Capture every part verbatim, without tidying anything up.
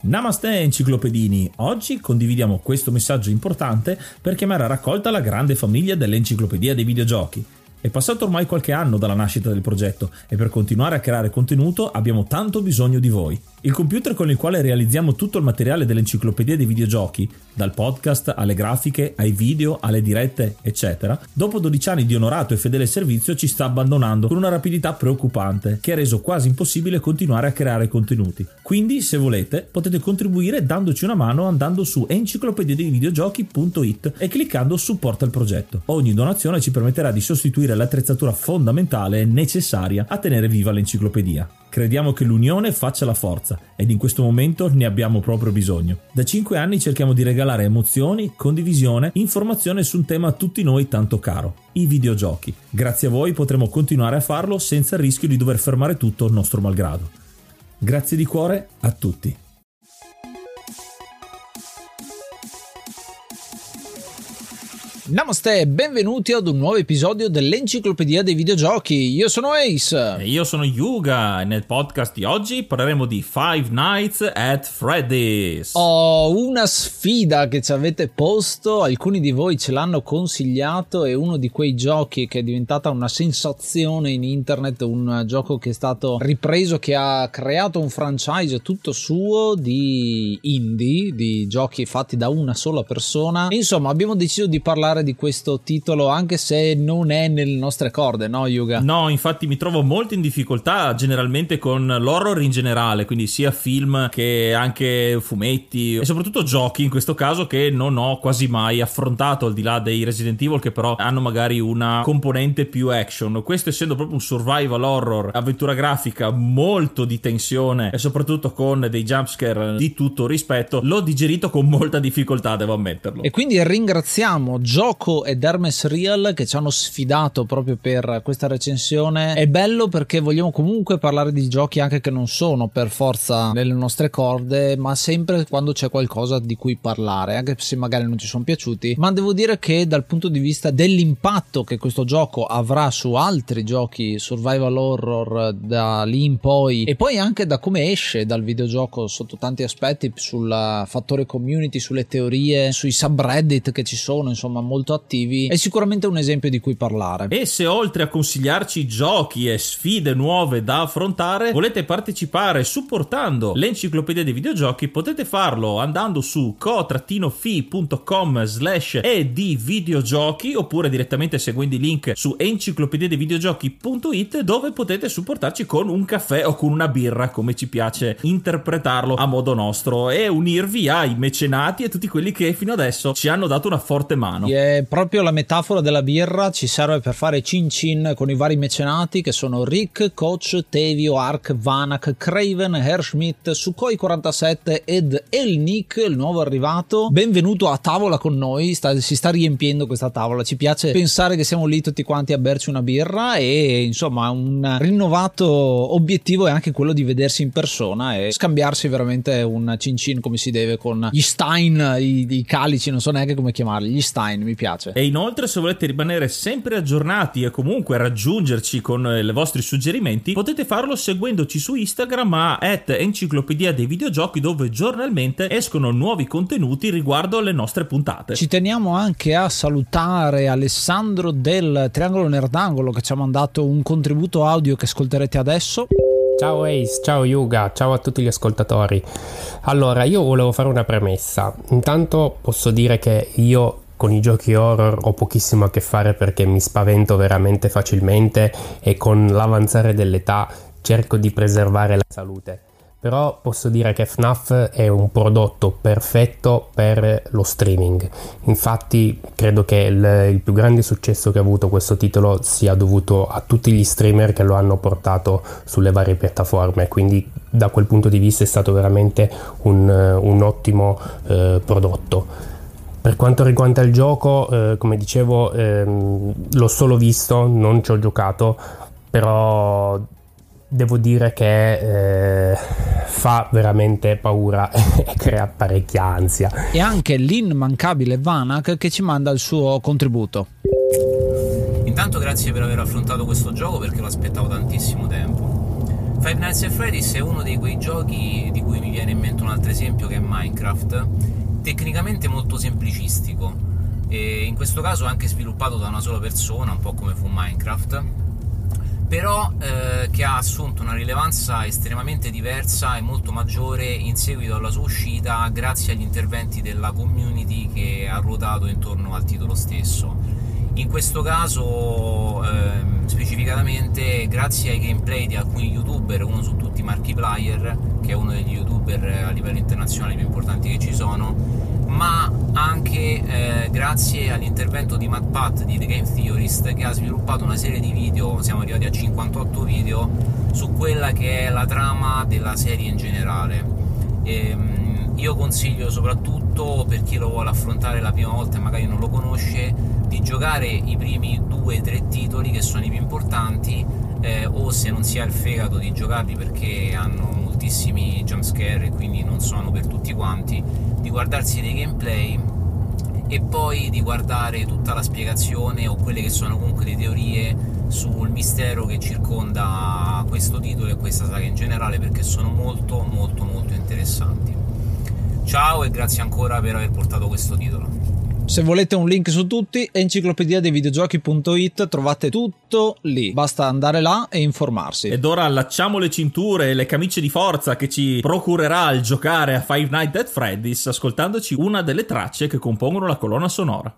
Namaste enciclopedini, oggi condividiamo questo messaggio importante per chiamare a raccolta la grande famiglia dell'Enciclopedia dei Videogiochi. È passato ormai qualche anno dalla nascita del progetto e per continuare a creare contenuto abbiamo tanto bisogno di voi. Il computer con il quale realizziamo tutto il materiale dell'Enciclopedia dei Videogiochi, dal podcast alle grafiche, ai video, alle dirette, eccetera, dopo dodici anni di onorato e fedele servizio ci sta abbandonando con una rapidità preoccupante che ha reso quasi impossibile continuare a creare contenuti. Quindi, se volete, potete contribuire dandoci una mano andando su enciclopedia dei videogiochi punto it e cliccando supporta il progetto. Ogni donazione ci permetterà di sostituire l'attrezzatura fondamentale e necessaria a tenere viva l'enciclopedia. Crediamo che l'unione faccia la forza ed in questo momento ne abbiamo proprio bisogno. Da cinque anni cerchiamo di regalare emozioni, condivisione, informazione su un tema a tutti noi tanto caro, i videogiochi. Grazie a voi potremo continuare a farlo senza il rischio di dover fermare tutto nostro malgrado. Grazie di cuore a tutti. Namaste e benvenuti ad un nuovo episodio dell'Enciclopedia dei Videogiochi. Io sono Ace. E io sono Yuga e nel podcast di oggi parleremo di Five Nights at Freddy's. Oh, una sfida che ci avete posto, alcuni di voi ce l'hanno consigliato, è uno di quei giochi che è diventata una sensazione in internet, un gioco che è stato ripreso, che ha creato un franchise tutto suo di indie, di giochi fatti da una sola persona. Insomma, abbiamo deciso di parlare di questo titolo anche se non è nelle nostre corde, no Yuga? No, infatti mi trovo molto in difficoltà generalmente con l'horror in generale, quindi sia film che anche fumetti e soprattutto giochi in questo caso che non ho quasi mai affrontato, al di là dei Resident Evil che però hanno magari una componente più action. Questo essendo proprio un survival horror, avventura grafica, molto di tensione e soprattutto con dei jumpscare di tutto rispetto, l'ho digerito con molta difficoltà, devo ammetterlo. E quindi ringraziamo Gioco ed Hermes Real che ci hanno sfidato proprio per questa recensione. È bello perché vogliamo comunque parlare di giochi anche che non sono per forza nelle nostre corde, ma sempre quando c'è qualcosa di cui parlare, anche se magari non ci sono piaciuti. Ma devo dire che dal punto di vista dell'impatto che questo gioco avrà su altri giochi survival horror da lì in poi, e poi anche da come esce dal videogioco sotto tanti aspetti, sul fattore community, sulle teorie, sui subreddit che ci sono, insomma molto attivi, è sicuramente un esempio di cui parlare. E se oltre a consigliarci giochi e sfide nuove da affrontare volete partecipare supportando l'Enciclopedia dei Videogiochi, potete farlo andando su co-fi punto com slash edvideogiochi oppure direttamente seguendo i link su enciclopedia dei videogiochi punto it, dove potete supportarci con un caffè o con una birra, come ci piace interpretarlo a modo nostro, e unirvi ai mecenati e tutti quelli che fino adesso ci hanno dato una forte mano. È proprio la metafora della birra, ci serve per fare cin cin con i vari mecenati che sono Rick, Coach, Tevio, Ark, Vanak, Craven, Herschmidt, Sukhoi quarantasette ed El Nick, il nuovo arrivato. Benvenuto a tavola con noi, sta, si sta riempiendo questa tavola, ci piace pensare che siamo lì tutti quanti a berci una birra e insomma un rinnovato obiettivo è anche quello di vedersi in persona e scambiarsi veramente un cin cin come si deve con gli stein, i, i calici, non so neanche come chiamarli, gli stein, mi piace. E inoltre se volete rimanere sempre aggiornati e comunque raggiungerci con i vostri suggerimenti, potete farlo seguendoci su Instagram a at enciclopedia dei videogiochi, dove giornalmente escono nuovi contenuti riguardo alle nostre puntate. Ci teniamo anche a salutare Alessandro del Triangolo Nerdangolo che ci ha mandato un contributo audio che ascolterete adesso. Ciao Ace, ciao Yuga, ciao a tutti gli ascoltatori. Allora, io volevo fare una premessa. Intanto posso dire che io con i giochi horror ho pochissimo a che fare perché mi spavento veramente facilmente e con l'avanzare dell'età cerco di preservare la salute. Però posso dire che F NAF è un prodotto perfetto per lo streaming. Infatti credo che il, il più grande successo che ha avuto questo titolo sia dovuto a tutti gli streamer che lo hanno portato sulle varie piattaforme, quindi da quel punto di vista è stato veramente un, un ottimo eh, prodotto. Per quanto riguarda il gioco, eh, come dicevo, ehm, l'ho solo visto, non ci ho giocato, però devo dire che eh, fa veramente paura e crea parecchia ansia. E anche l'immancabile Vanak che ci manda il suo contributo. Intanto grazie per aver affrontato questo gioco perché lo aspettavo tantissimo tempo. Five Nights at Freddy's è uno di quei giochi di cui mi viene in mente un altro esempio, che è Minecraft, tecnicamente molto semplicistico, e in questo caso anche sviluppato da una sola persona, un po' come fu Minecraft, però eh, che ha assunto una rilevanza estremamente diversa e molto maggiore in seguito alla sua uscita, grazie agli interventi della community che ha ruotato intorno al titolo stesso. In questo caso eh, specificatamente grazie ai gameplay di alcuni youtuber, uno su tutti Markiplier, che è uno degli youtuber a livello internazionale più importanti che ci sono, ma anche eh, grazie all'intervento di MatPat di The Game Theorist, che ha sviluppato una serie di video, siamo arrivati a cinquantotto video, su quella che è la trama della serie in generale. E, io consiglio soprattutto, per chi lo vuole affrontare la prima volta e magari non lo conosce, di giocare i primi due o tre titoli che sono i più importanti, eh, o se non si ha il fegato di giocarli perché hanno moltissimi jumpscare e quindi non sono per tutti quanti, di guardarsi dei gameplay e poi di guardare tutta la spiegazione o quelle che sono comunque le teorie sul mistero che circonda questo titolo e questa saga in generale, perché sono molto molto molto interessanti. Ciao e grazie ancora per aver portato questo titolo. Se volete un link su tutti, enciclopedia dei videogiochi punto it, trovate tutto lì, basta andare là e informarsi. Ed ora allacciamo le cinture e le camicie di forza che ci procurerà il giocare a Five Nights at Freddy's ascoltandoci una delle tracce che compongono la colonna sonora.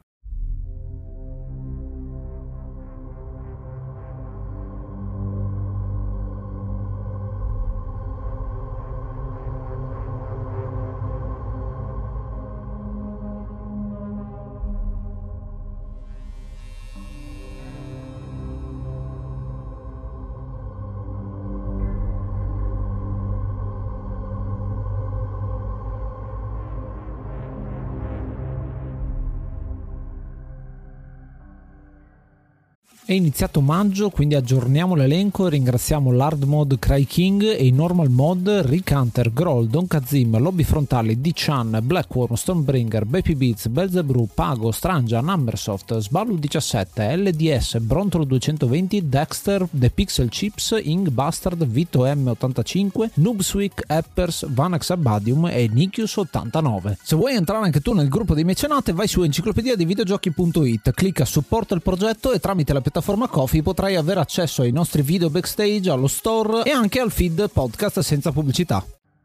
È iniziato maggio, quindi aggiorniamo l'elenco e ringraziamo l'hard mod Cry King e i normal mod Rick Hunter, Groll, Don Kazim, Lobby Frontali, D-Chan, Blackworm, Stormbringer, Baby Beats, Belzebrew, Pago, Strangia, Numbersoft, Sballu diciassette, L D S, Brontolo duecentoventi, Dexter, The Pixel Chips, Ing Bastard, Vito M ottantacinque, Noobswick, Eppers, Vanax Abadium e Nikius ottantanove. Se vuoi entrare anche tu nel gruppo dei mecenate, vai su enciclopedia dei videogiochi punto it, clicca supporta il progetto e tramite la piattaforma Ko-fi potrai avere accesso ai nostri video backstage, allo store e anche al feed podcast senza pubblicità.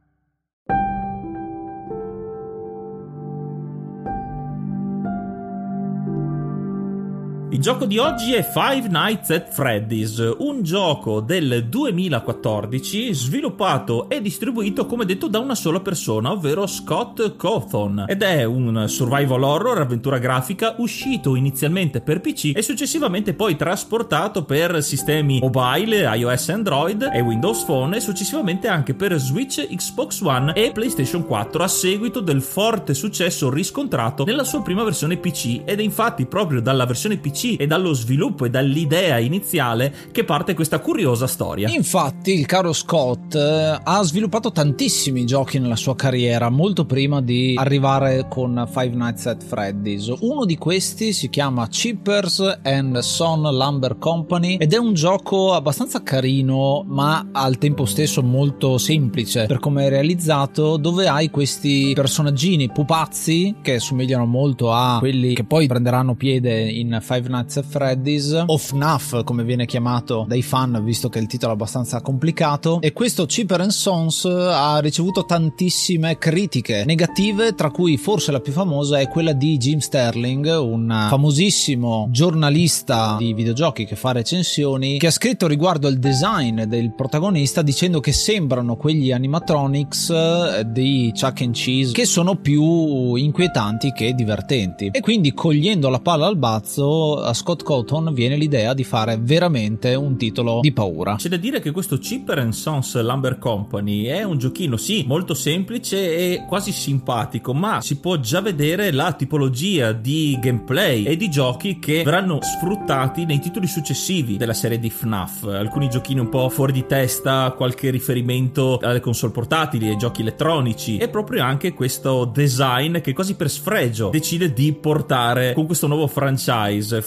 Il gioco di oggi è Five Nights at Freddy's, un gioco del duemilaquattordici sviluppato e distribuito, come detto, da una sola persona, ovvero Scott Cawthon, ed è un survival horror avventura grafica uscito inizialmente per P C e successivamente poi trasportato per sistemi mobile, iOS, Android e Windows Phone, e successivamente anche per Switch, Xbox One e PlayStation quattro, a seguito del forte successo riscontrato nella sua prima versione P C. Ed è infatti proprio dalla versione P C e dallo sviluppo e dall'idea iniziale che parte questa curiosa storia. Infatti il caro Scott eh, ha sviluppato tantissimi giochi nella sua carriera, molto prima di arrivare con Five Nights at Freddy's. Uno di questi si chiama Chippers and Son Lumber Company ed è un gioco abbastanza carino ma al tempo stesso molto semplice per come è realizzato, dove hai questi personaggini pupazzi che somigliano molto a quelli che poi prenderanno piede in Five Nights at Freddy's, o F NAF come viene chiamato dai fan, visto che il titolo è abbastanza complicato. E questo Chipper and Sons ha ricevuto tantissime critiche negative, tra cui forse la più famosa è quella di Jim Sterling, un famosissimo giornalista di videogiochi che fa recensioni, che ha scritto riguardo al design del protagonista dicendo che sembrano quegli animatronics di Chuck and Cheese, che sono più inquietanti che divertenti. E quindi, cogliendo la palla al balzo, a Scott Cawthon viene l'idea di fare veramente un titolo di paura. C'è da dire che questo Chipper and Sons Lumber Company è un giochino, sì, molto semplice e quasi simpatico, ma si può già vedere la tipologia di gameplay e di giochi che verranno sfruttati nei titoli successivi della serie di F NAF. Alcuni giochini un po' fuori di testa, qualche riferimento alle console portatili, ai giochi elettronici, e proprio anche questo design che quasi per sfregio decide di portare con questo nuovo franchise.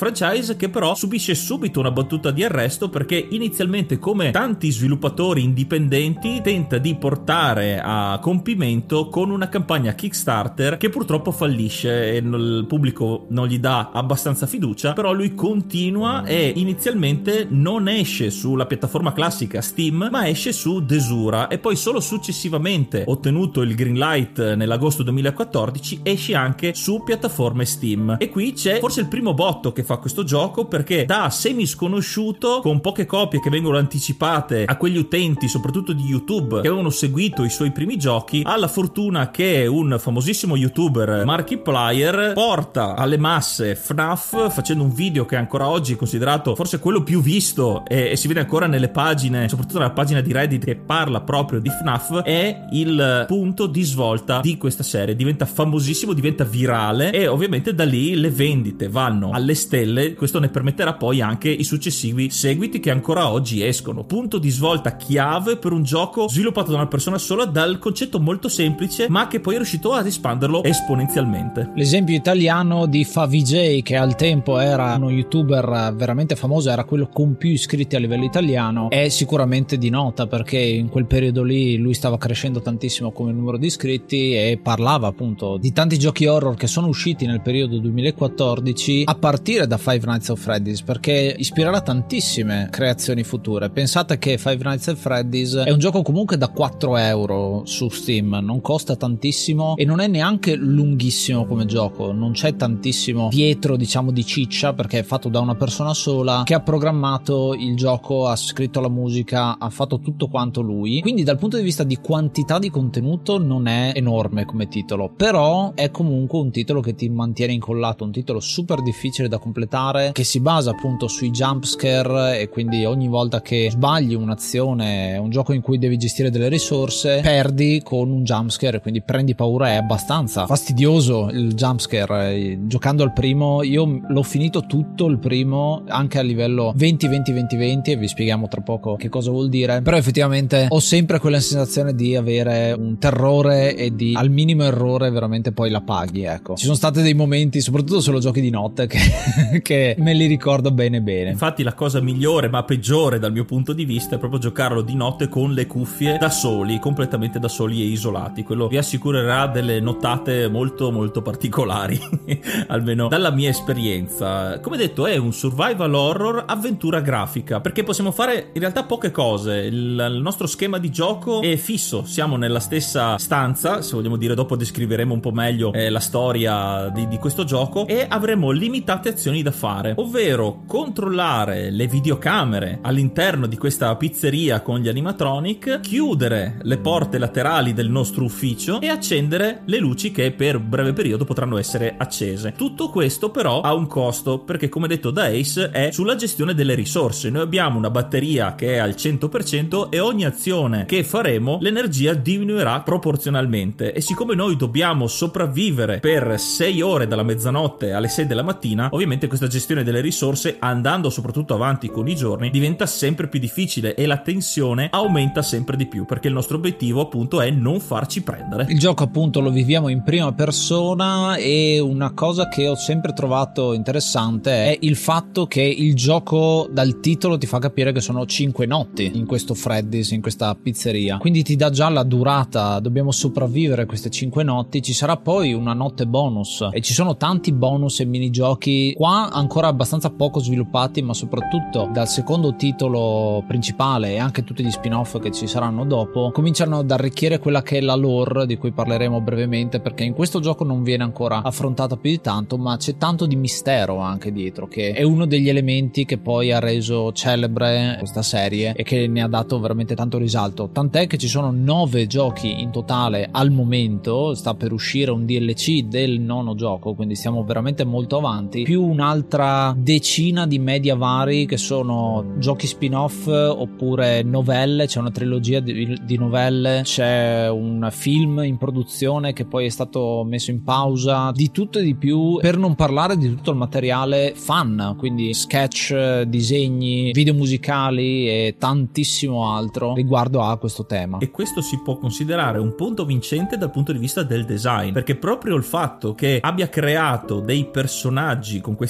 franchise che però subisce subito una battuta di arresto, perché inizialmente, come tanti sviluppatori indipendenti, tenta di portare a compimento con una campagna Kickstarter che purtroppo fallisce e il pubblico non gli dà abbastanza fiducia, però lui continua e inizialmente non esce sulla piattaforma classica Steam ma esce su Desura, e poi solo successivamente, ottenuto il green light nell'agosto duemilaquattordici, esce anche su piattaforme Steam. E qui c'è forse il primo botto che fa questo gioco, perché da semi sconosciuto, con poche copie che vengono anticipate a quegli utenti soprattutto di YouTube che avevano seguito i suoi primi giochi, ha la fortuna che un famosissimo youtuber, Markiplier, porta alle masse F NAF facendo un video che ancora oggi è considerato forse quello più visto e, e si vede ancora nelle pagine, soprattutto nella pagina di Reddit che parla proprio di F NAF. È il punto di svolta di questa serie, diventa famosissimo, diventa virale e ovviamente da lì le vendite vanno alle stelle. Questo ne permetterà poi anche i successivi seguiti che ancora oggi escono. Punto di svolta chiave per un gioco sviluppato da una persona sola, dal concetto molto semplice ma che poi è riuscito ad espanderlo esponenzialmente. L'esempio italiano di Favij, che al tempo era uno youtuber veramente famoso, era quello con più iscritti a livello italiano, è sicuramente di nota perché in quel periodo lì lui stava crescendo tantissimo come numero di iscritti e parlava appunto di tanti giochi horror che sono usciti nel periodo duemilaquattordici, a partire da Five Nights at Freddy's, perché ispirerà tantissime creazioni future. Pensate che Five Nights at Freddy's è un gioco comunque da quattro euro su Steam, non costa tantissimo e non è neanche lunghissimo come gioco, non c'è tantissimo dietro, diciamo, di ciccia, perché è fatto da una persona sola che ha programmato il gioco, ha scritto la musica, ha fatto tutto quanto lui. Quindi dal punto di vista di quantità di contenuto non è enorme come titolo, però è comunque un titolo che ti mantiene incollato, un titolo super difficile da completare, che si basa appunto sui jumpscare, e quindi ogni volta che sbagli un'azione, è un gioco in cui devi gestire delle risorse, perdi con un jumpscare, quindi prendi paura. È abbastanza fastidioso il jumpscare. Giocando al primo, io l'ho finito tutto il primo, anche a livello venti venti venti venti, e vi spieghiamo tra poco che cosa vuol dire, però effettivamente ho sempre quella sensazione di avere un terrore e di al minimo errore veramente poi la paghi, ecco. Ci sono stati dei momenti, soprattutto se lo giochi di notte, che, che me li ricordo bene bene. Infatti la cosa migliore ma peggiore dal mio punto di vista è proprio giocarlo di notte con le cuffie, da soli, completamente da soli e isolati. Quello vi assicurerà delle nottate molto molto particolari almeno dalla mia esperienza. Come detto, è un survival horror avventura grafica, perché possiamo fare in realtà poche cose. Il, il nostro schema di gioco è fisso, siamo nella stessa stanza, se vogliamo dire, dopo descriveremo un po' meglio eh, la storia di, di questo gioco, e avremo limitate azioni da fare, ovvero controllare le videocamere all'interno di questa pizzeria con gli animatronic, chiudere le porte laterali del nostro ufficio e accendere le luci che per un breve periodo potranno essere accese. Tutto questo però ha un costo, perché come detto da Ace è sulla gestione delle risorse. Noi abbiamo una batteria che è al cento per cento e ogni azione che faremo l'energia diminuirà proporzionalmente, e siccome noi dobbiamo sopravvivere per sei ore dalla mezzanotte alle sei della mattina, ovviamente questa gestione delle risorse, andando soprattutto avanti con i giorni, diventa sempre più difficile e la tensione aumenta sempre di più, perché il nostro obiettivo appunto è non farci prendere. Il gioco appunto lo viviamo in prima persona, e una cosa che ho sempre trovato interessante è il fatto che il gioco dal titolo ti fa capire che sono cinque notti in questo Freddy's, in questa pizzeria, quindi ti dà già la durata, dobbiamo sopravvivere queste cinque notti. Ci sarà poi una notte bonus e ci sono tanti bonus e minigiochi qua ancora abbastanza poco sviluppati, ma soprattutto dal secondo titolo principale e anche tutti gli spin-off che ci saranno dopo cominciano ad arricchire quella che è la lore, di cui parleremo brevemente, perché in questo gioco non viene ancora affrontata più di tanto, ma c'è tanto di mistero anche dietro, che è uno degli elementi che poi ha reso celebre questa serie e che ne ha dato veramente tanto risalto, tant'è che ci sono nove giochi in totale al momento, sta per uscire un D L C del nono gioco, quindi stiamo veramente molto avanti, più un'altra decina di media vari che sono giochi spin-off oppure novelle. C'è una trilogia di, di novelle, c'è un film in produzione che poi è stato messo in pausa, di tutto e di più, per non parlare di tutto il materiale fan, quindi sketch, disegni, video musicali e tantissimo altro riguardo a questo tema. E questo si può considerare un punto vincente dal punto di vista del design, perché proprio il fatto che abbia creato dei personaggi con questi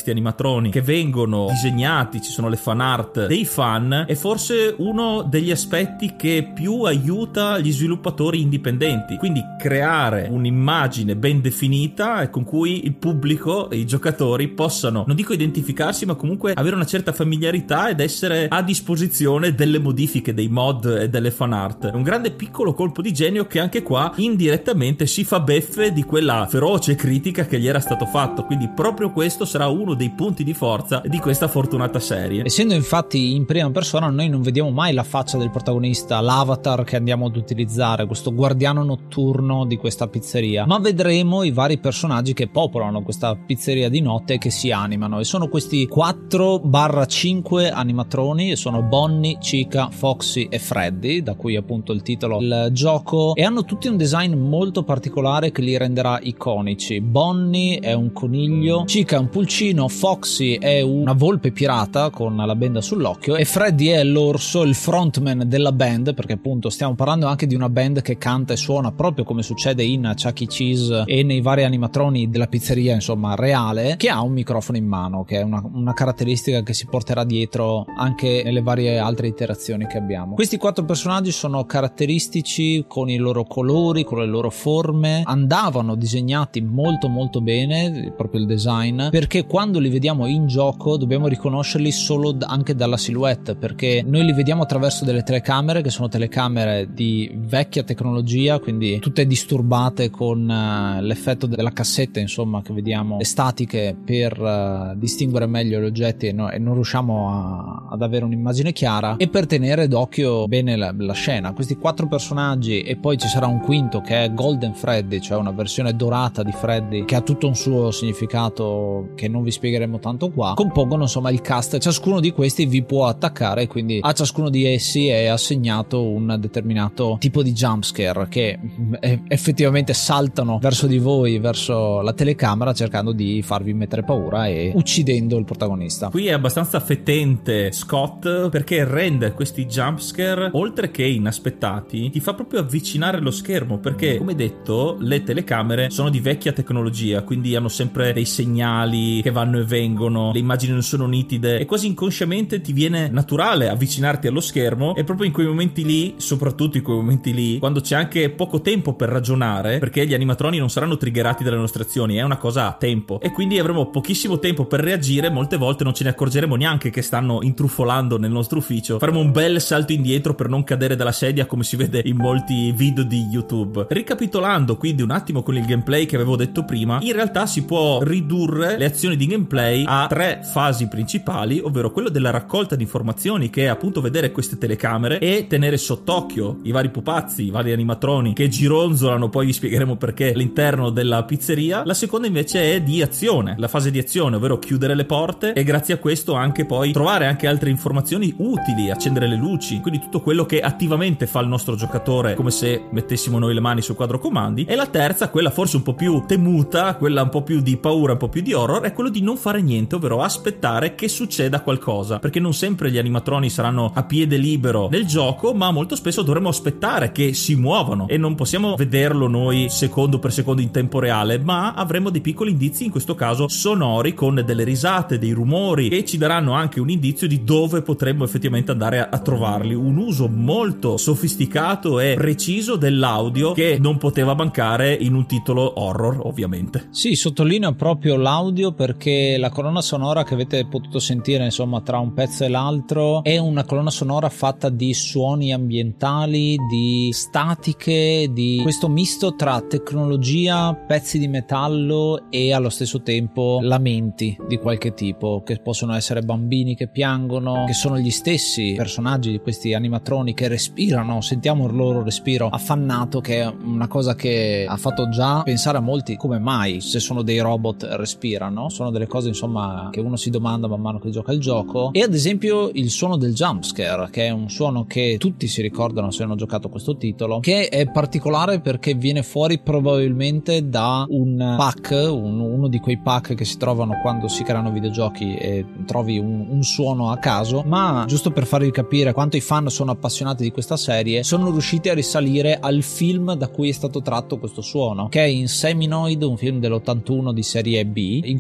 questi animatroni che vengono disegnati, ci sono le fan art dei fan, è forse uno degli aspetti che più aiuta gli sviluppatori indipendenti, quindi creare un'immagine ben definita e con cui il pubblico e i giocatori possano, non dico identificarsi, ma comunque avere una certa familiarità ed essere a disposizione delle modifiche, dei mod e delle fan art. È un grande piccolo colpo di genio che anche qua indirettamente si fa beffe di quella feroce critica che gli era stato fatto, quindi proprio questo sarà uno dei punti di forza di questa fortunata serie. Essendo infatti in prima persona, noi non vediamo mai la faccia del protagonista, l'avatar che andiamo ad utilizzare, questo guardiano notturno di questa pizzeria, ma vedremo i vari personaggi che popolano questa pizzeria di notte e che si animano, e sono questi quattro cinque animatroni, e sono Bonnie, Chica, Foxy e Freddy, da cui appunto il titolo del gioco, e hanno tutti un design molto particolare che li renderà iconici. Bonnie è un coniglio, Chica è un pulcino, Foxy è una volpe pirata con la benda sull'occhio e Freddy è l'orso, il frontman della band, perché appunto stiamo parlando anche di una band che canta e suona proprio come succede in Chuck E. Cheese e nei vari animatroni della pizzeria, insomma reale, che ha un microfono in mano, che è una, una caratteristica che si porterà dietro anche nelle varie altre iterazioni che abbiamo. Questi quattro personaggi sono caratteristici con i loro colori, con le loro forme, andavano disegnati molto molto bene, proprio il design, perché quando li vediamo in gioco dobbiamo riconoscerli solo anche dalla silhouette, perché noi li vediamo attraverso delle telecamere che sono telecamere di vecchia tecnologia, quindi tutte disturbate con uh, l'effetto della cassetta, insomma, che vediamo, le statiche per uh, distinguere meglio gli oggetti e, no, e non riusciamo a, ad avere un'immagine chiara, e per tenere d'occhio bene la, la scena. Questi quattro personaggi, e poi ci sarà un quinto che è Golden Freddy, cioè una versione dorata di Freddy che ha tutto un suo significato che non vi spiegheremo tanto qua, compongono insomma il cast. Ciascuno di questi vi può attaccare, quindi a ciascuno di essi è assegnato un determinato tipo di jumpscare che effettivamente saltano verso di voi, verso la telecamera, cercando di farvi mettere paura e uccidendo il protagonista. Qui è abbastanza fetente Scott, perché rende questi jumpscare, oltre che inaspettati, ti fa proprio avvicinare lo schermo, perché come detto le telecamere sono di vecchia tecnologia, quindi hanno sempre dei segnali che vanno e vengono, le immagini non sono nitide e quasi inconsciamente ti viene naturale avvicinarti allo schermo, e proprio in quei momenti lì, soprattutto in quei momenti lì, quando c'è anche poco tempo per ragionare, perché gli animatroni non saranno triggerati dalle nostre azioni, è una cosa a tempo, e quindi avremo pochissimo tempo per reagire, molte volte non ce ne accorgeremo neanche che stanno intrufolando nel nostro ufficio, faremo un bel salto indietro per non cadere dalla sedia come si vede in molti video di YouTube. Ricapitolando quindi un attimo con il gameplay che avevo detto prima, in realtà si può ridurre le azioni di gameplay a tre fasi principali, ovvero quello della raccolta di informazioni, che è appunto vedere queste telecamere e tenere sott'occhio i vari pupazzi, i vari animatroni che gironzolano, poi vi spiegheremo perché, all'interno della pizzeria. La seconda invece è di azione, la fase di azione, ovvero chiudere le porte e grazie a questo anche poi trovare anche altre informazioni utili, accendere le luci, quindi tutto quello che attivamente fa il nostro giocatore, come se mettessimo noi le mani sul quadro comandi. E la terza, quella forse un po' più temuta, quella un po' più di paura, un po' più di horror, è quello di non fare niente, ovvero aspettare che succeda qualcosa, perché non sempre gli animatroni saranno a piede libero nel gioco, ma molto spesso dovremo aspettare che si muovano e non possiamo vederlo noi secondo per secondo in tempo reale, ma avremo dei piccoli indizi, in questo caso sonori, con delle risate, dei rumori, che ci daranno anche un indizio di dove potremmo effettivamente andare a, a trovarli. Un uso molto sofisticato e preciso dell'audio che non poteva mancare in un titolo horror, ovviamente. Sì, sottolineo proprio l'audio, perché la colonna sonora che avete potuto sentire insomma tra un pezzo e l'altro è una colonna sonora fatta di suoni ambientali, di statiche, di questo misto tra tecnologia, pezzi di metallo e allo stesso tempo lamenti di qualche tipo, che possono essere bambini che piangono, che sono gli stessi personaggi di questi animatroni che respirano, sentiamo il loro respiro affannato, che è una cosa che ha fatto già pensare a molti come mai, se sono dei robot, respirano. Sono delle cose insomma che uno si domanda man mano che gioca il gioco. E ad esempio il suono del jumpscare, che è un suono che tutti si ricordano se hanno giocato questo titolo, che è particolare perché viene fuori probabilmente da un pack, un, uno di quei pack che si trovano quando si creano videogiochi e trovi un, un suono a caso. Ma giusto per farvi capire quanto i fan sono appassionati di questa serie, sono riusciti a risalire al film da cui è stato tratto questo suono, che è in Seminoid, un film dell'ottantuno di serie B, in cui c'è una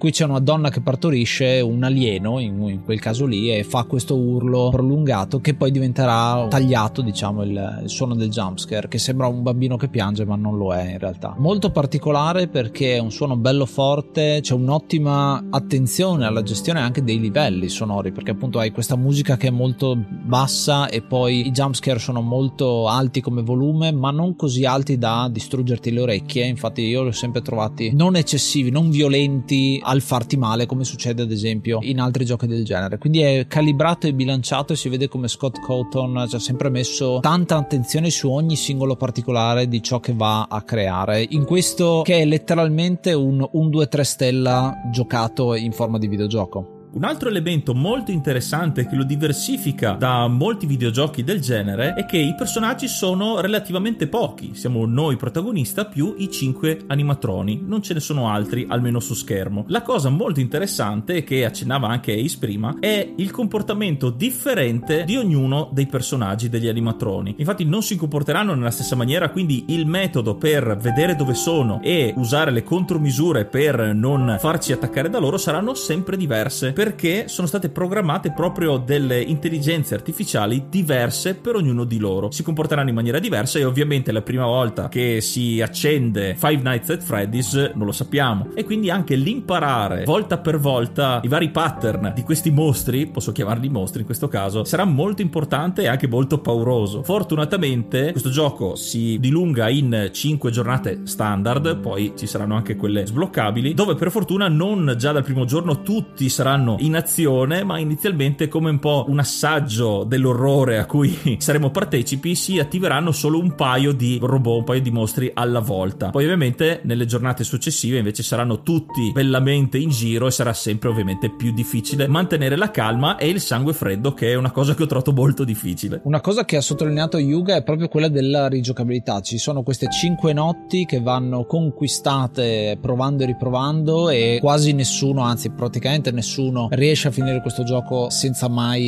donna che partorisce un alieno in, in quel caso lì e fa questo urlo prolungato che poi diventerà tagliato, diciamo, il, il suono del jumpscare, che sembra un bambino che piange ma non lo è in realtà. Molto particolare perché è un suono bello forte, c'è un'ottima attenzione alla gestione anche dei livelli sonori, perché appunto hai questa musica che è molto bassa e poi i jumpscare sono molto alti come volume ma non così alti da distruggerti le orecchie. Infatti io li ho sempre trovati non eccessivi, non violenti al farti male come succede ad esempio in altri giochi del genere, quindi è calibrato e bilanciato e si vede come Scott Cawthon ci ha sempre messo tanta attenzione su ogni singolo particolare di ciò che va a creare in questo che è letteralmente un un due tre stella giocato in forma di videogioco. Un altro elemento molto interessante che lo diversifica da molti videogiochi del genere è che i personaggi sono relativamente pochi. Siamo noi protagonista più i cinque animatroni, non ce ne sono altri almeno su schermo. La cosa molto interessante, che accennava anche Ace prima, è il comportamento differente di ognuno dei personaggi degli animatroni. Infatti non si comporteranno nella stessa maniera, quindi il metodo per vedere dove sono e usare le contromisure per non farci attaccare da loro saranno sempre diverse, perché sono state programmate proprio delle intelligenze artificiali diverse per ognuno di loro. Si comporteranno in maniera diversa e ovviamente la prima volta che si accende Five Nights at Freddy's non lo sappiamo, e quindi anche l'imparare volta per volta i vari pattern di questi mostri, posso chiamarli mostri in questo caso, sarà molto importante e anche molto pauroso. Fortunatamente questo gioco si dilunga in cinque giornate standard, poi ci saranno anche quelle sbloccabili, dove per fortuna non già dal primo giorno tutti saranno in azione, ma inizialmente, come un po' un assaggio dell'orrore a cui saremo partecipi, si attiveranno solo un paio di robot, un paio di mostri alla volta. Poi ovviamente nelle giornate successive invece saranno tutti bellamente in giro e sarà sempre ovviamente più difficile mantenere la calma e il sangue freddo, che è una cosa che ho trovato molto difficile. Una cosa che ha sottolineato Yuga è proprio quella della rigiocabilità. Ci sono queste cinque notti che vanno conquistate provando e riprovando, e quasi nessuno, anzi praticamente nessuno riesce a finire questo gioco senza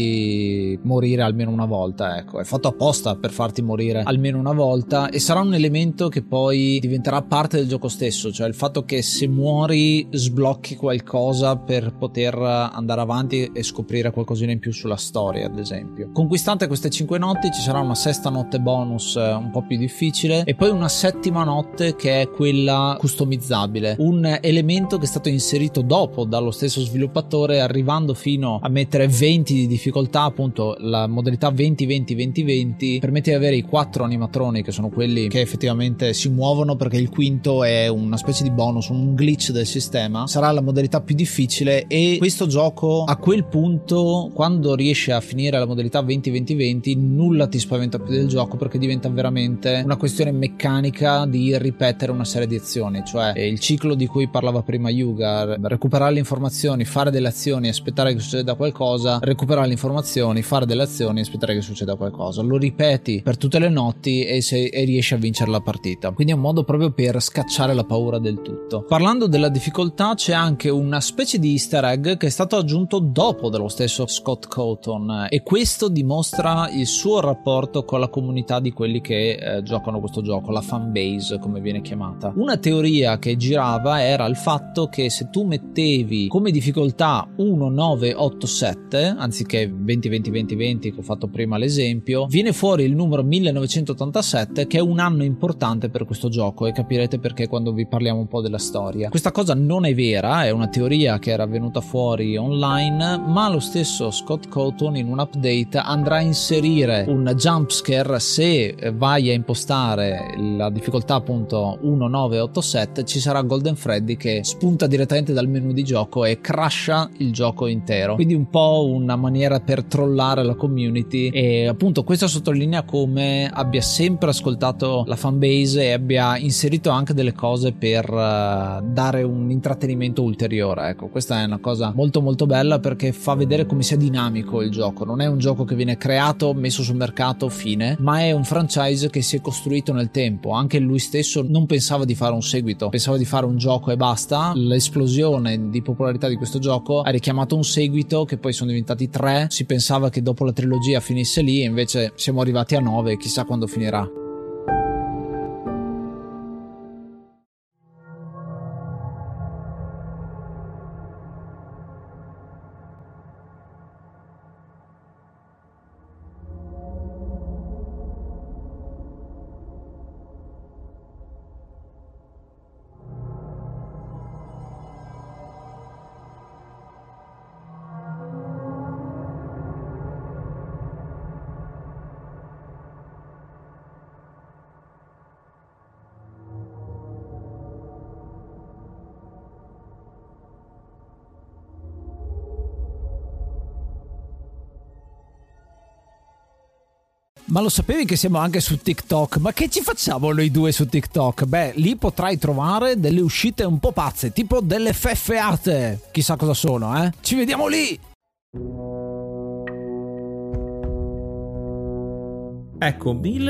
mai morire almeno una volta. Ecco, è fatto apposta per farti morire almeno una volta, e sarà un elemento che poi diventerà parte del gioco stesso, cioè il fatto che se muori sblocchi qualcosa per poter andare avanti e scoprire qualcosina in più sulla storia, ad esempio. Conquistate queste cinque notti ci sarà una sesta notte bonus un po' più difficile e poi una settima notte che è quella customizzabile, un elemento che è stato inserito dopo dallo stesso sviluppatore, arrivando fino a mettere venti di difficoltà. Appunto la modalità venti venti venti venti permette di avere i quattro animatroni, che sono quelli che effettivamente si muovono, perché il quinto è una specie di bonus, un glitch del sistema. Sarà la modalità più difficile, e questo gioco a quel punto, quando riesce a finire la modalità venti venti venti, nulla ti spaventa più del gioco, perché diventa veramente una questione meccanica di ripetere una serie di azioni, cioè il ciclo di cui parlava prima Yuga: recuperare le informazioni, fare delle azioni, aspettare che succeda qualcosa, recuperare le informazioni, fare delle azioni, aspettare che succeda qualcosa. Lo ripeti per tutte le notti e, se, e riesci a vincere la partita. Quindi è un modo proprio per scacciare la paura del tutto. Parlando della difficoltà, c'è anche una specie di easter egg che è stato aggiunto dopo dallo stesso Scott Cawthon, e questo dimostra il suo rapporto con la comunità di quelli che eh, giocano questo gioco, la fan base come viene chiamata. Una teoria che girava era il fatto che se tu mettevi come difficoltà uno nove otto sette anziché venti venti venti venti che ho fatto prima l'esempio, viene fuori il numero millenovecentottantasette, che è un anno importante per questo gioco, e capirete perché quando vi parliamo un po' della storia. Questa cosa non è vera, è una teoria che era venuta fuori online, ma lo stesso Scott Cawthon in un update andrà a inserire un jump scare. Se vai a impostare la difficoltà appunto uno nove otto sette, ci sarà Golden Freddy che spunta direttamente dal menu di gioco e crasha il gioco intero, quindi un po' una maniera per trollare la community. E appunto questo sottolinea come abbia sempre ascoltato la fanbase e abbia inserito anche delle cose per uh, dare un intrattenimento ulteriore. Ecco, questa è una cosa molto molto bella, perché fa vedere come sia dinamico il gioco. Non è un gioco che viene creato, messo sul mercato, fine, ma è un franchise che si è costruito nel tempo. Anche lui stesso non pensava di fare un seguito, pensava di fare un gioco e basta. L'esplosione di popolarità di questo gioco ha richiamato un seguito, che poi sono diventati tre. Si pensava che dopo la trilogia finisse lì, e invece siamo arrivati a nove e chissà quando finirà. Ma lo sapevi che siamo anche su TikTok? Ma che ci facciamo noi due su TikTok? Beh, lì potrai trovare delle uscite un po' pazze, tipo delle feffeate. Chissà cosa sono, eh? Ci vediamo lì! Ecco,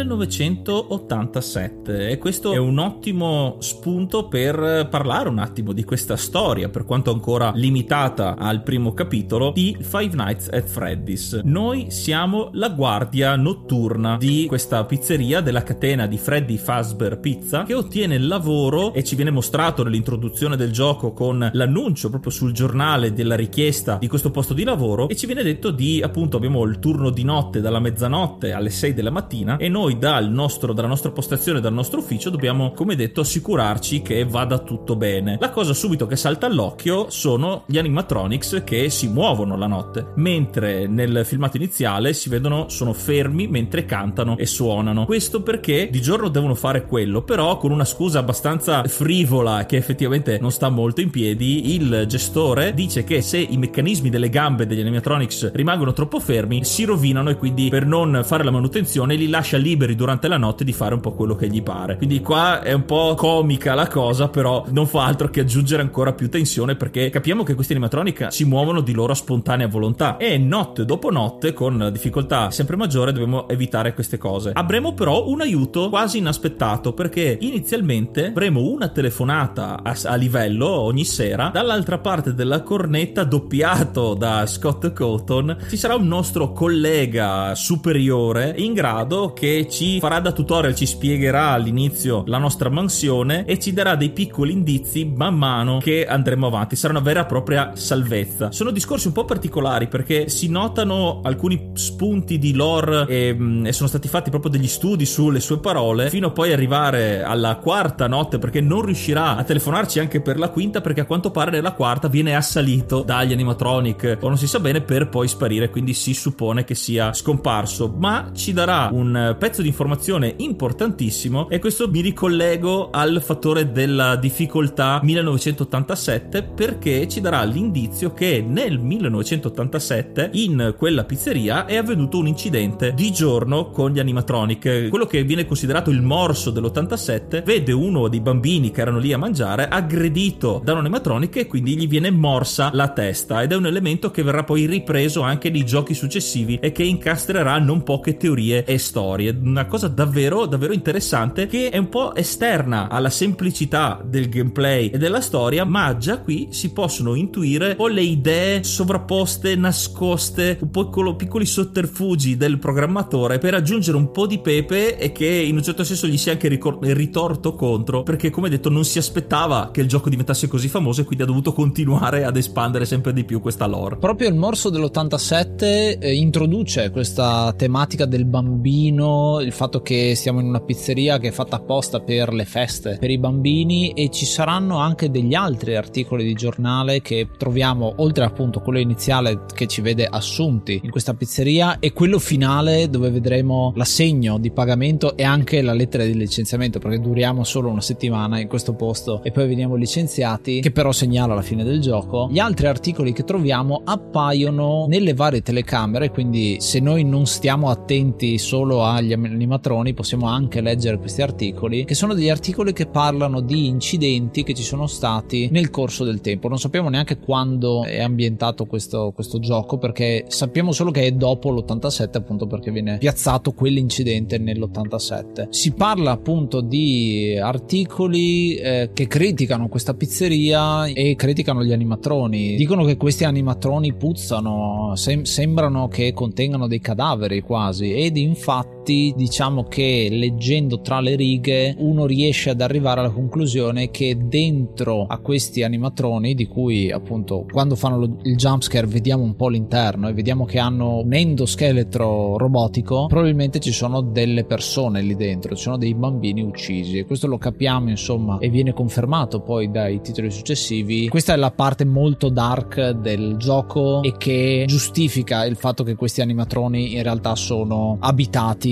millenovecentottantasette, e questo è un ottimo spunto per parlare un attimo di questa storia, per quanto ancora limitata al primo capitolo, di Five Nights at Freddy's. Noi siamo la guardia notturna di questa pizzeria della catena di Freddy Fazbear Pizza, che ottiene il lavoro, e ci viene mostrato nell'introduzione del gioco con l'annuncio proprio sul giornale della richiesta di questo posto di lavoro, e ci viene detto di, appunto, abbiamo il turno di notte dalla mezzanotte alle sei della mattina, e noi dal nostro, dalla nostra postazione, dal nostro ufficio, dobbiamo, come detto, assicurarci che vada tutto bene. La cosa subito che salta all'occhio sono gli animatronics che si muovono la notte, mentre nel filmato iniziale si vedono sono fermi mentre cantano e suonano. Questo perché di giorno devono fare quello, però con una scusa abbastanza frivola che effettivamente non sta molto in piedi. Il gestore dice che se i meccanismi delle gambe degli animatronics rimangono troppo fermi si rovinano, e quindi per non fare la manutenzione li lascia liberi durante la notte di fare un po' quello che gli pare. Quindi qua è un po' comica la cosa, però non fa altro che aggiungere ancora più tensione, perché capiamo che questi animatronic si muovono di loro spontanea volontà, e notte dopo notte, con difficoltà sempre maggiore, dobbiamo evitare queste cose. Avremo però un aiuto quasi inaspettato, perché inizialmente avremo una telefonata a, a livello ogni sera. Dall'altra parte della cornetta, doppiato da Scott Cawthon, ci sarà un nostro collega superiore in grado che ci farà da tutorial, ci spiegherà all'inizio la nostra mansione e ci darà dei piccoli indizi man mano che andremo avanti. Sarà una vera e propria salvezza. Sono discorsi un po' particolari, perché si notano alcuni spunti di lore e, e sono stati fatti proprio degli studi sulle sue parole, fino a poi arrivare alla quarta notte, perché non riuscirà a telefonarci anche per la quinta, perché a quanto pare nella quarta viene assalito dagli animatronic, o non si sa bene, per poi sparire, quindi si suppone che sia scomparso. Ma ci darà un pezzo di informazione importantissimo, e questo mi ricollego al fattore della difficoltà millenovecentottantasette, perché ci darà l'indizio che nel millenovecentottantasette in quella pizzeria è avvenuto un incidente di giorno con gli animatronic. Quello che viene considerato il morso dell'ottantasette vede uno dei bambini che erano lì a mangiare aggredito da un animatronic, e quindi gli viene morsa la testa, ed è un elemento che verrà poi ripreso anche nei giochi successivi e che incastrerà non poche teorie e storie. Una cosa davvero davvero interessante, che è un po' esterna alla semplicità del gameplay e della storia, ma già qui si possono intuire o le idee sovrapposte, nascoste, un po' piccoli sotterfugi del programmatore per aggiungere un po' di pepe, e che in un certo senso gli sia anche ricor- ritorto contro, perché come detto non si aspettava che il gioco diventasse così famoso, e quindi ha dovuto continuare ad espandere sempre di più questa lore. Proprio il morso dell'ottantasette eh, introduce questa tematica del bambino, il fatto che stiamo in una pizzeria che è fatta apposta per le feste per i bambini, e ci saranno anche degli altri articoli di giornale che troviamo, oltre appunto quello iniziale che ci vede assunti in questa pizzeria, e quello finale dove vedremo l'assegno di pagamento e anche la lettera di licenziamento, perché duriamo solo una settimana in questo posto e poi veniamo licenziati, che però segnala la fine del gioco. Gli altri articoli che troviamo appaiono nelle varie telecamere, quindi se noi non stiamo attenti solo agli animatroni possiamo anche leggere questi articoli, che sono degli articoli che parlano di incidenti che ci sono stati nel corso del tempo. Non sappiamo neanche quando è ambientato questo, questo gioco, perché sappiamo solo che è dopo l'ottantasette, appunto perché viene piazzato quell'incidente nell'ottantasette. Si parla appunto di articoli eh, che criticano questa pizzeria e criticano gli animatroni. Dicono che questi animatroni puzzano, sem- sembrano che contengano dei cadaveri quasi, ed infatti diciamo che leggendo tra le righe uno riesce ad arrivare alla conclusione che dentro a questi animatroni, di cui appunto quando fanno lo, il jumpscare vediamo un po' l'interno e vediamo che hanno un endoscheletro robotico, probabilmente ci sono delle persone lì dentro, ci sono dei bambini uccisi, e questo lo capiamo insomma, e viene confermato poi dai titoli successivi. Questa è la parte molto dark del gioco, e che giustifica il fatto che questi animatroni in realtà sono abitati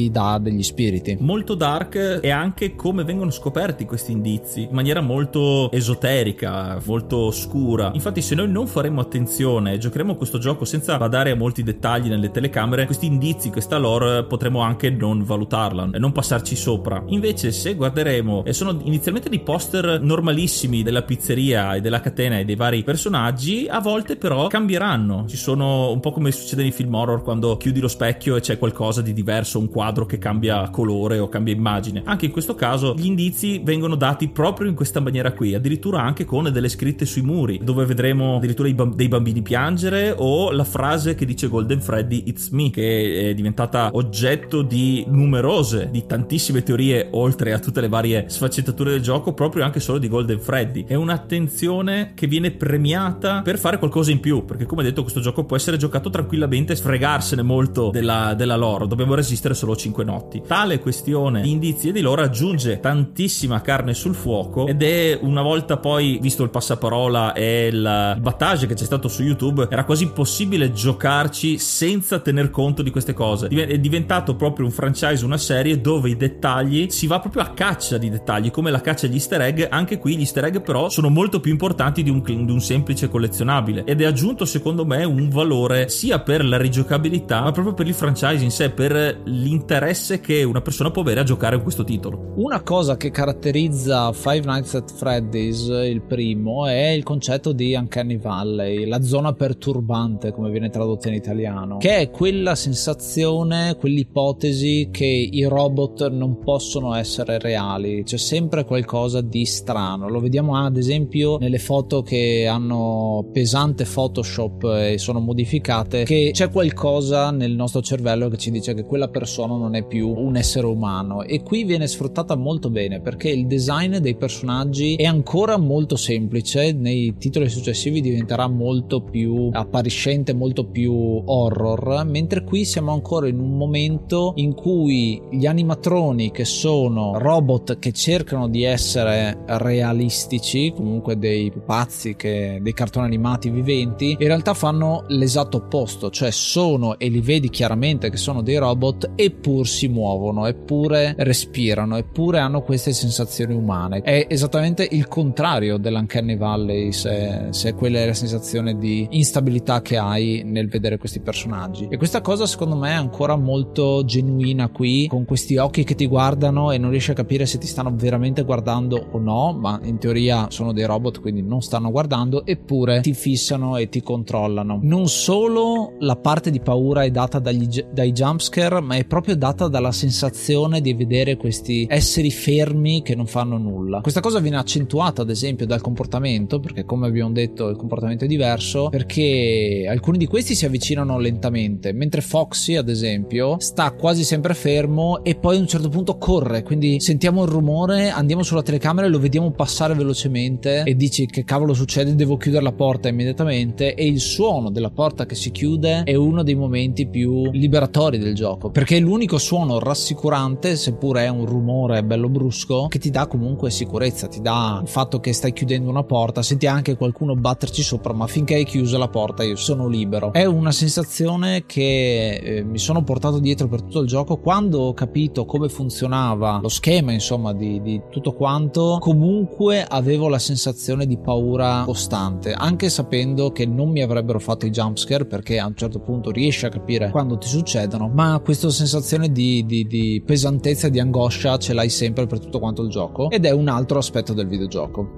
ti dà degli spiriti. Molto dark, e anche come vengono scoperti questi indizi in maniera molto esoterica, molto scura. Infatti se noi non faremo attenzione e giocheremo questo gioco senza badare a molti dettagli nelle telecamere, questi indizi, questa lore, potremo anche non valutarla e non passarci sopra. Invece se guarderemo, e sono inizialmente dei poster normalissimi della pizzeria e della catena e dei vari personaggi, a volte però cambieranno. Ci sono, un po' come succede nei film horror, quando chiudi lo specchio e c'è qualcosa di diverso, un quadro che cambia colore o cambia immagine. Anche in questo caso gli indizi vengono dati proprio in questa maniera qui, addirittura anche con delle scritte sui muri, dove vedremo addirittura i bamb- dei bambini piangere, o la frase che dice Golden Freddy It's Me, che è diventata oggetto di numerose, di tantissime teorie, oltre a tutte le varie sfaccettature del gioco, proprio anche solo di Golden Freddy. È un'attenzione che viene premiata per fare qualcosa in più, perché come detto questo gioco può essere giocato tranquillamente, sfregarsene molto della, della lore, dobbiamo resistere solo cinque notti. Tale questione di indizi e di lore aggiunge tantissima carne sul fuoco, ed è, una volta poi visto il passaparola e il battage che c'è stato su YouTube, era quasi impossibile giocarci senza tener conto di queste cose. È diventato proprio un franchise, una serie dove i dettagli, si va proprio a caccia di dettagli, come la caccia agli easter egg. Anche qui gli easter egg però sono molto più importanti di un, di un semplice collezionabile, ed è aggiunto secondo me un valore sia per la rigiocabilità, ma proprio per il franchise in sé, per l'interesse che una persona può avere a giocare con questo titolo. Una cosa che caratterizza Five Nights at Freddy's, il primo, è il concetto di Uncanny Valley, la zona perturbante come viene tradotta in italiano, che è quella sensazione, quell'ipotesi che i robot non possono essere reali, c'è sempre qualcosa di strano. Lo vediamo ad esempio nelle foto che hanno pesante Photoshop e sono modificate, che c'è qualcosa nel nostro cervello che ci dice che quella persona non è più un essere umano, e qui viene sfruttata molto bene perché il design dei personaggi è ancora molto semplice. Nei titoli successivi diventerà molto più appariscente, molto più horror, mentre qui siamo ancora in un momento in cui gli animatroni, che sono robot che cercano di essere realistici, comunque dei pupazzi, che dei cartoni animati viventi, in realtà fanno l'esatto opposto, cioè sono, e li vedi chiaramente che sono dei robot, eppur si muovono, eppure respirano, eppure hanno queste sensazioni umane. È esattamente il contrario dell'Uncanny Valley, se, se quella è la sensazione di instabilità che hai nel vedere questi personaggi. E questa cosa secondo me è ancora molto genuina qui, con questi occhi che ti guardano e non riesci a capire se ti stanno veramente guardando o no, ma in teoria sono dei robot, quindi non stanno guardando, eppure ti fissano e ti controllano. Non solo la parte di paura è data dagli, dai jumpscare, ma è proprio data dalla sensazione di vedere questi esseri fermi che non fanno nulla. Questa cosa viene accentuata ad esempio dal comportamento, perché come abbiamo detto il comportamento è diverso, perché alcuni di questi si avvicinano lentamente, mentre Foxy ad esempio sta quasi sempre fermo e poi a un certo punto corre, quindi sentiamo il rumore, andiamo sulla telecamera e lo vediamo passare velocemente e dici che cavolo succede, devo chiudere la porta immediatamente, e il suono della porta che si chiude è uno dei momenti più liberatori del gioco, perché è l'unico suono rassicurante, seppure è un rumore bello brusco, che ti dà comunque sicurezza, ti dà il fatto che stai chiudendo una porta, senti anche qualcuno batterci sopra, ma finché hai chiuso la porta io sono libero. È una sensazione che eh, mi sono portato dietro per tutto il gioco. Quando ho capito come funzionava lo schema insomma di, di tutto quanto, comunque avevo la sensazione di paura costante, anche sapendo che non mi avrebbero fatto i jumpscare, perché a un certo punto riesci a capire quando ti succedono, ma questa sensazione di, di, di pesantezza e di angoscia ce l'hai sempre per tutto quanto il gioco, ed è un altro aspetto del videogioco.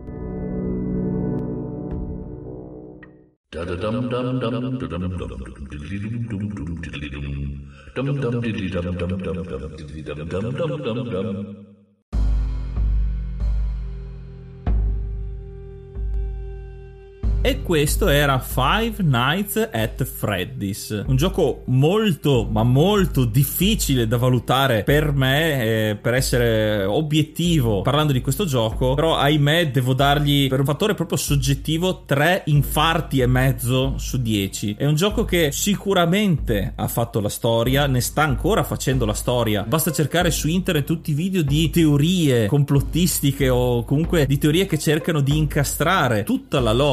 E questo era Five Nights at Freddy's, un gioco molto ma molto difficile da valutare per me, eh, per essere obiettivo parlando di questo gioco, però ahimè devo dargli, per un fattore proprio soggettivo, tre infarti e mezzo su dieci. È un gioco che sicuramente ha fatto la storia, ne sta ancora facendo la storia, basta cercare su internet tutti i video di teorie complottistiche o comunque di teorie che cercano di incastrare tutta la lore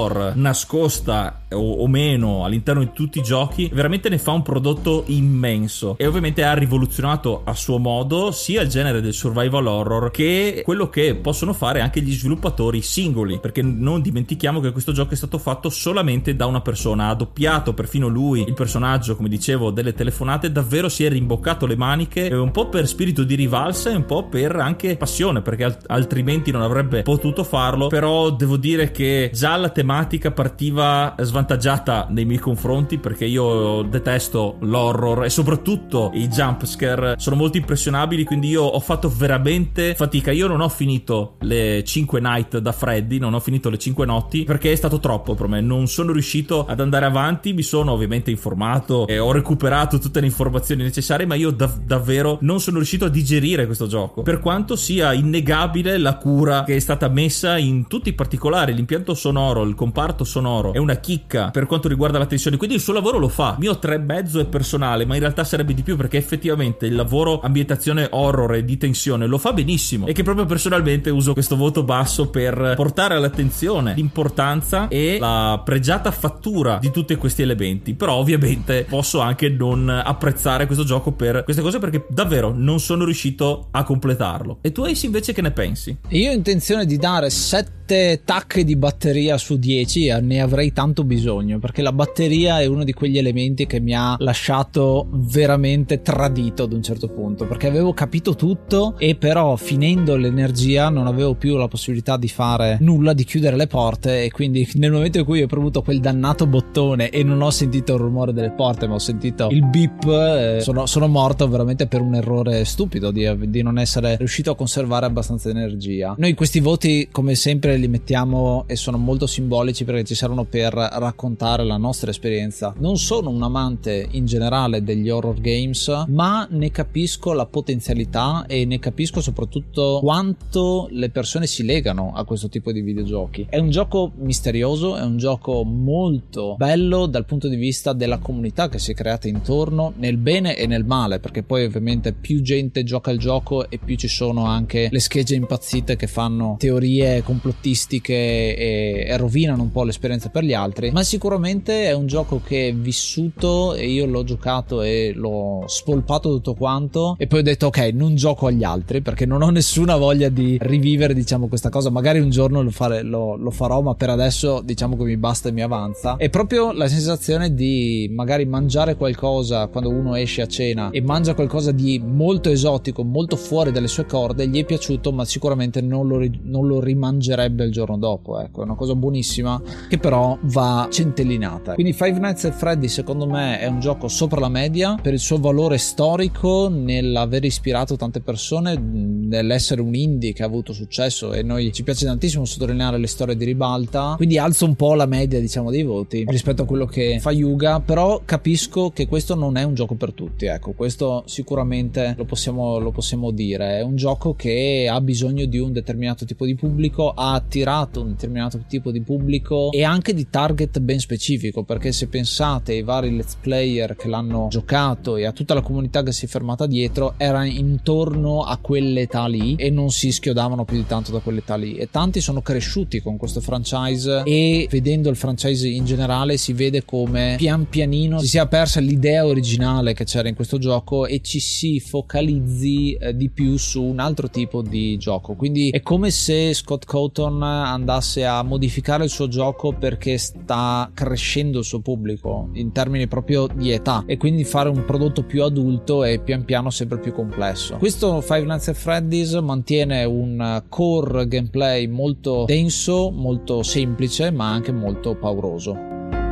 nascosta o, o meno all'interno di tutti i giochi, veramente ne fa un prodotto immenso, e ovviamente ha rivoluzionato a suo modo sia il genere del survival horror che quello che possono fare anche gli sviluppatori singoli, perché non dimentichiamo che questo gioco è stato fatto solamente da una persona, ha doppiato perfino lui il personaggio, come dicevo, delle telefonate, davvero si è rimboccato le maniche, un po' per spirito di rivalsa e un po' per anche passione, perché alt- altrimenti non avrebbe potuto farlo. Però devo dire che già la tematica partiva svantaggiata nei miei confronti, perché io detesto l'horror e soprattutto i jumpscare sono molto impressionabili, quindi io ho fatto veramente fatica. Io non ho finito le cinque night da Freddy, non ho finito le cinque notti perché è stato troppo per me, non sono riuscito ad andare avanti. Mi sono ovviamente informato e ho recuperato tutte le informazioni necessarie, ma io dav- davvero non sono riuscito a digerire questo gioco, per quanto sia innegabile la cura che è stata messa in tutti i particolari. L'impianto sonoro, il comparto sonoro è una chicca per quanto riguarda la tensione, quindi il suo lavoro lo fa. Mio tre e mezzo è personale, ma in realtà sarebbe di più, perché effettivamente il lavoro ambientazione horror e di tensione lo fa benissimo, e che proprio personalmente uso questo voto basso per portare all'attenzione l'importanza e la pregiata fattura di tutti questi elementi. Però ovviamente posso anche non apprezzare questo gioco per queste cose, perché davvero non sono riuscito a completarlo. E tu, Ace, invece che ne pensi? Io ho intenzione di dare sette tacche di batteria su dieci, e ne avrei tanto bisogno, perché la batteria è uno di quegli elementi che mi ha lasciato veramente tradito ad un certo punto, perché avevo capito tutto e però finendo l'energia non avevo più la possibilità di fare nulla, di chiudere le porte, e quindi nel momento in cui ho premuto quel dannato bottone e non ho sentito il rumore delle porte ma ho sentito il beep, eh, sono, sono morto veramente per un errore stupido di, di non essere riuscito a conservare abbastanza energia. Noi questi voti come sempre li mettiamo e sono molto simbolici, perché ci servono per raccontare la nostra esperienza. Non sono un amante in generale degli horror games, ma ne capisco la potenzialità e ne capisco soprattutto quanto le persone si legano a questo tipo di videogiochi. È un gioco misterioso, è un gioco molto bello dal punto di vista della comunità che si è creata intorno, nel bene e nel male, perché poi ovviamente più gente gioca il gioco e più ci sono anche le schegge impazzite che fanno teorie complottistiche e, e rovinano un po' l'esperienza per gli altri. Ma sicuramente è un gioco che è vissuto, e io l'ho giocato e l'ho spolpato tutto quanto, e poi ho detto ok, non gioco agli altri perché non ho nessuna voglia di rivivere, diciamo, questa cosa. Magari un giorno lo, fare, lo, lo farò, ma per adesso diciamo che mi basta e mi avanza. È proprio la sensazione di magari mangiare qualcosa quando uno esce a cena e mangia qualcosa di molto esotico, molto fuori dalle sue corde, gli è piaciuto ma sicuramente non lo, non lo rimangerebbe il giorno dopo. Ecco, è una cosa buonissima che però va centellinata. Quindi Five Nights at Freddy secondo me è un gioco sopra la media per il suo valore storico, nell'aver ispirato tante persone, nell'essere un indie che ha avuto successo, e noi ci piace tantissimo sottolineare le storie di ribalta, quindi alzo un po' la media, diciamo, dei voti rispetto a quello che fa Yuga. Però capisco che questo non è un gioco per tutti, ecco, questo sicuramente lo possiamo, lo possiamo dire. È un gioco che ha bisogno di un determinato tipo di pubblico, ha attirato un determinato tipo di pubblico e anche di target ben specifico, perché se pensate ai vari let's player che l'hanno giocato e a tutta la comunità che si è fermata dietro, era intorno a quell'età lì e non si schiodavano più di tanto da quell'età lì, e tanti sono cresciuti con questo franchise, e vedendo il franchise in generale si vede come pian pianino si sia persa l'idea originale che c'era in questo gioco e ci si focalizzi eh, di più su un altro tipo di gioco. Quindi è come se Scott Cawthon andasse a modificare il suo gioco perché sta crescendo il suo pubblico in termini proprio di età, e quindi fare un prodotto più adulto e pian piano sempre più complesso. Questo Five Nights at Freddy's mantiene un core gameplay molto denso, molto semplice, ma anche molto pauroso.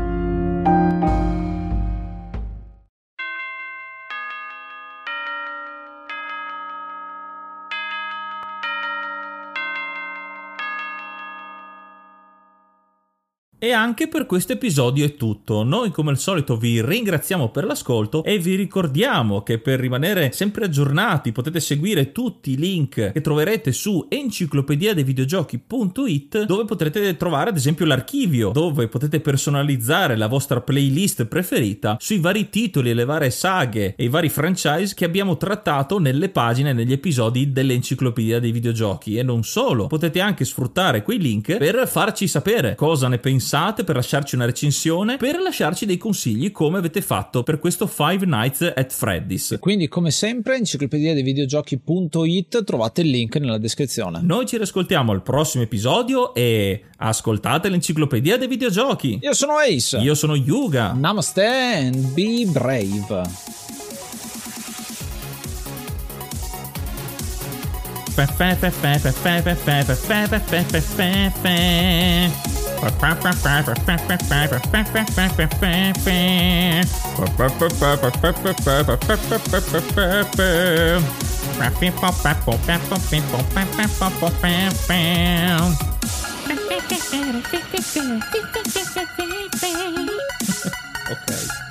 E anche per questo episodio è tutto. Noi come al solito vi ringraziamo per l'ascolto e vi ricordiamo che per rimanere sempre aggiornati potete seguire tutti i link che troverete su enciclopedia dei videogiochi punto it, dove potrete trovare ad esempio l'archivio, dove potete personalizzare la vostra playlist preferita sui vari titoli e le varie saghe e i vari franchise che abbiamo trattato nelle pagine e negli episodi dell'enciclopedia dei videogiochi. E non solo, potete anche sfruttare quei link per farci sapere cosa ne pensate pensate per lasciarci una recensione, per lasciarci dei consigli come avete fatto per questo Five Nights at Freddy's. Quindi come sempre enciclopedia dei videogiochi punto it, trovate il link nella descrizione. Noi ci riascoltiamo al prossimo episodio e ascoltate l'enciclopedia dei videogiochi. Io sono Ace. Io sono Yuga. Namaste and be brave. Ok.